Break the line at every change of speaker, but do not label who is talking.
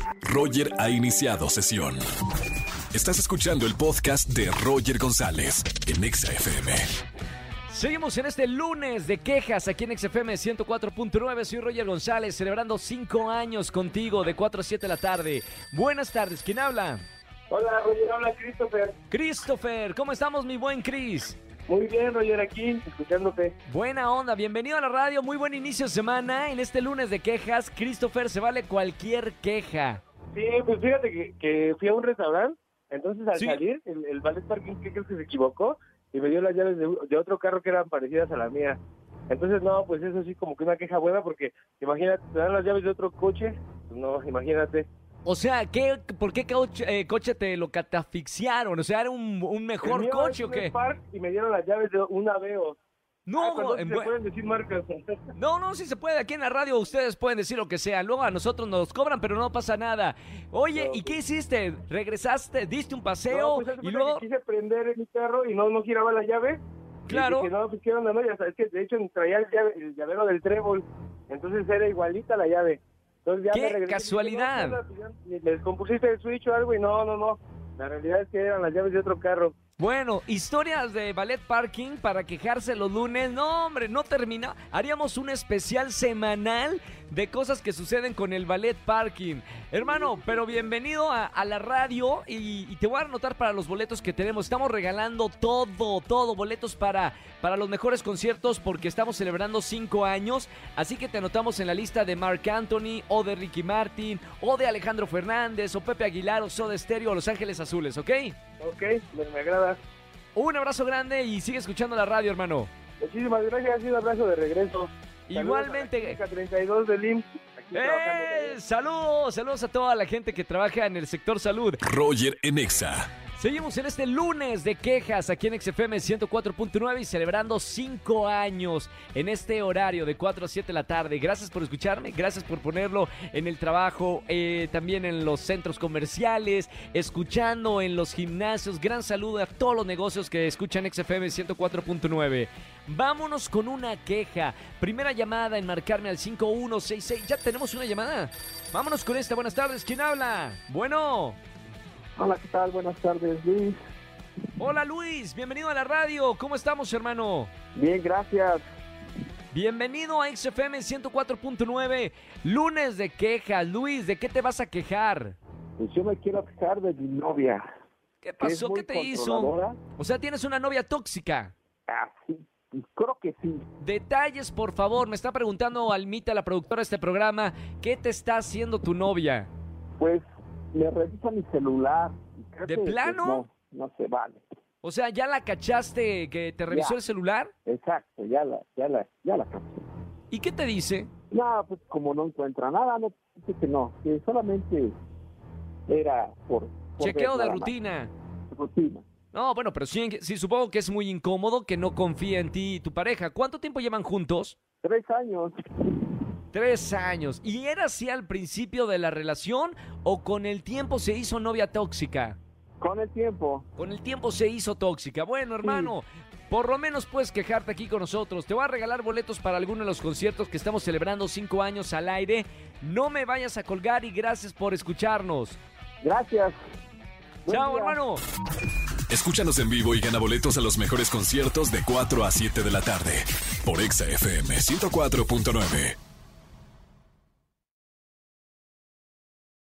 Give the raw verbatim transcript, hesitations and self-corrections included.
Roger ha iniciado sesión. Estás escuchando el podcast de Roger González en Exa F M.
Seguimos en este lunes de quejas aquí en Exa F M ciento cuatro punto nueve. Soy Roger González, celebrando cinco años contigo de cuatro a siete de la tarde. Buenas tardes, ¿quién habla?
Hola, Roger, habla Christopher.
Christopher, ¿cómo estamos, mi buen Chris?
Muy bien, Roger, aquí, escuchándote.
Buena onda, bienvenido a la radio, muy buen inicio de semana. En este lunes de quejas, Christopher, se vale cualquier queja.
Sí, pues fíjate que, que fui a un restaurante, entonces al
Sí.
salir, el, el valet parking, ¿qué crees que se equivocó? Y me dio las llaves de, de otro carro que eran parecidas a la mía. Entonces, no, pues eso sí, como que una queja buena, porque imagínate, te dan las llaves de otro coche, pues no, imagínate.
O sea, ¿qué, ¿por qué coche, eh, coche te lo catafixiaron? O sea, ¿era un, un
El
mejor
mío
coche
es
o
un
qué?
Spark y me dieron las llaves de un Aveo.
No,
Ah, perdón,
en
si
bu-
se pueden decir marcas.
No, no, sí se puede. Aquí en la radio ustedes pueden decir lo que sea. Luego a nosotros nos cobran, pero no pasa nada. Oye,
No,
¿y qué
pues-
hiziste? ¿Regresaste? ¿Diste un paseo?
No, pues, haz de
y
cuenta
luego...
que quise prender mi carro y no, no giraba la llave.
Claro.
Y dije, no, pues qué onda, no, ya sabes que de hecho traía el, llave, el llavero del trébol, entonces era igualita la llave. Entonces ya
¡Qué
me regresé,
casualidad!
dije, no, pues, ya, pues, ya, ¿les compusiste el switch o algo? Y no, no, no. La realidad es que eran las llaves de otro carro.
Bueno, historias de ballet parking para quejarse los lunes. No, hombre, no termina. Haríamos un especial semanal de cosas que suceden con el ballet parking. Hermano, pero bienvenido a, a la radio y, y te voy a anotar para los boletos que tenemos. Estamos regalando todo, todo, boletos para, para los mejores conciertos porque estamos celebrando cinco años. Así que te anotamos en la lista de Marc Anthony o de Ricky Martin o de Alejandro Fernández o Pepe Aguilar o Soda Stereo o Los Ángeles Azules, ¿ok?
Ok, me, me agrada.
Un abrazo grande y sigue escuchando la radio, hermano.
Muchísimas gracias y un abrazo de regreso.
Igualmente.
Saludos a la treinta y dos del I M S S, aquí trabajando
¡Eh!
también.
Saludos, saludos a toda la gente que trabaja en el sector salud.
Roger en Exa.
Seguimos en este lunes de quejas aquí en Exa F M ciento cuatro punto nueve y celebrando cinco años en este horario de cuatro a siete de la tarde. Gracias por escucharme, gracias por ponerlo en el trabajo, eh, también en los centros comerciales, escuchando en los gimnasios. Gran saludo a todos los negocios que escuchan Exa F M ciento cuatro punto nueve. Vámonos con una queja. Primera llamada en marcarme al cinco uno seis seis. Ya tenemos una llamada. Vámonos con esta. Buenas tardes. ¿Quién habla? Bueno.
Hola, ¿qué tal? Buenas tardes, Luis.
Hola Luis, bienvenido a la radio. ¿Cómo estamos, hermano?
Bien, gracias.
Bienvenido a X F M ciento cuatro punto nueve. Lunes de quejas. Luis, ¿de qué te vas a quejar?
Pues yo me quiero quejar de mi novia.
¿Qué
que es
pasó?
muy
¿Qué te hizo?
controladora.
O sea, tienes una novia tóxica.
Ah, sí, creo que sí.
Detalles, por favor. Me está preguntando Almita, la productora de este programa, ¿qué te está haciendo tu novia?
Pues me revisa mi celular. y creo
¿De
que, pues,
plano?
no, no se vale.
O sea, ¿ya la cachaste que te revisó
Ya.
el celular?
Exacto, ya la, ya la, ya la capté.
¿Y qué te dice?
No, pues como no encuentra nada, no, dice que no, que solamente era por... por
Chequeo
ver
de
nada más.
rutina.
Rutina.
No, bueno, pero sí, sí, supongo que es muy incómodo que no confíe en ti y tu pareja. ¿Cuánto tiempo llevan juntos?
Tres años.
Tres años. ¿Y era así al principio de la relación o con el tiempo se hizo novia tóxica?
Con el tiempo.
Con el tiempo se hizo tóxica. Bueno, hermano, por lo menos puedes quejarte aquí con nosotros. Te voy a regalar boletos para alguno de los conciertos que estamos celebrando cinco años al aire. No me vayas a colgar y gracias por escucharnos.
Gracias. Buen
Chao,
día.
hermano.
Escúchanos en vivo y gana boletos a los mejores conciertos de cuatro a siete de la tarde por Exa F M ciento cuatro punto nueve.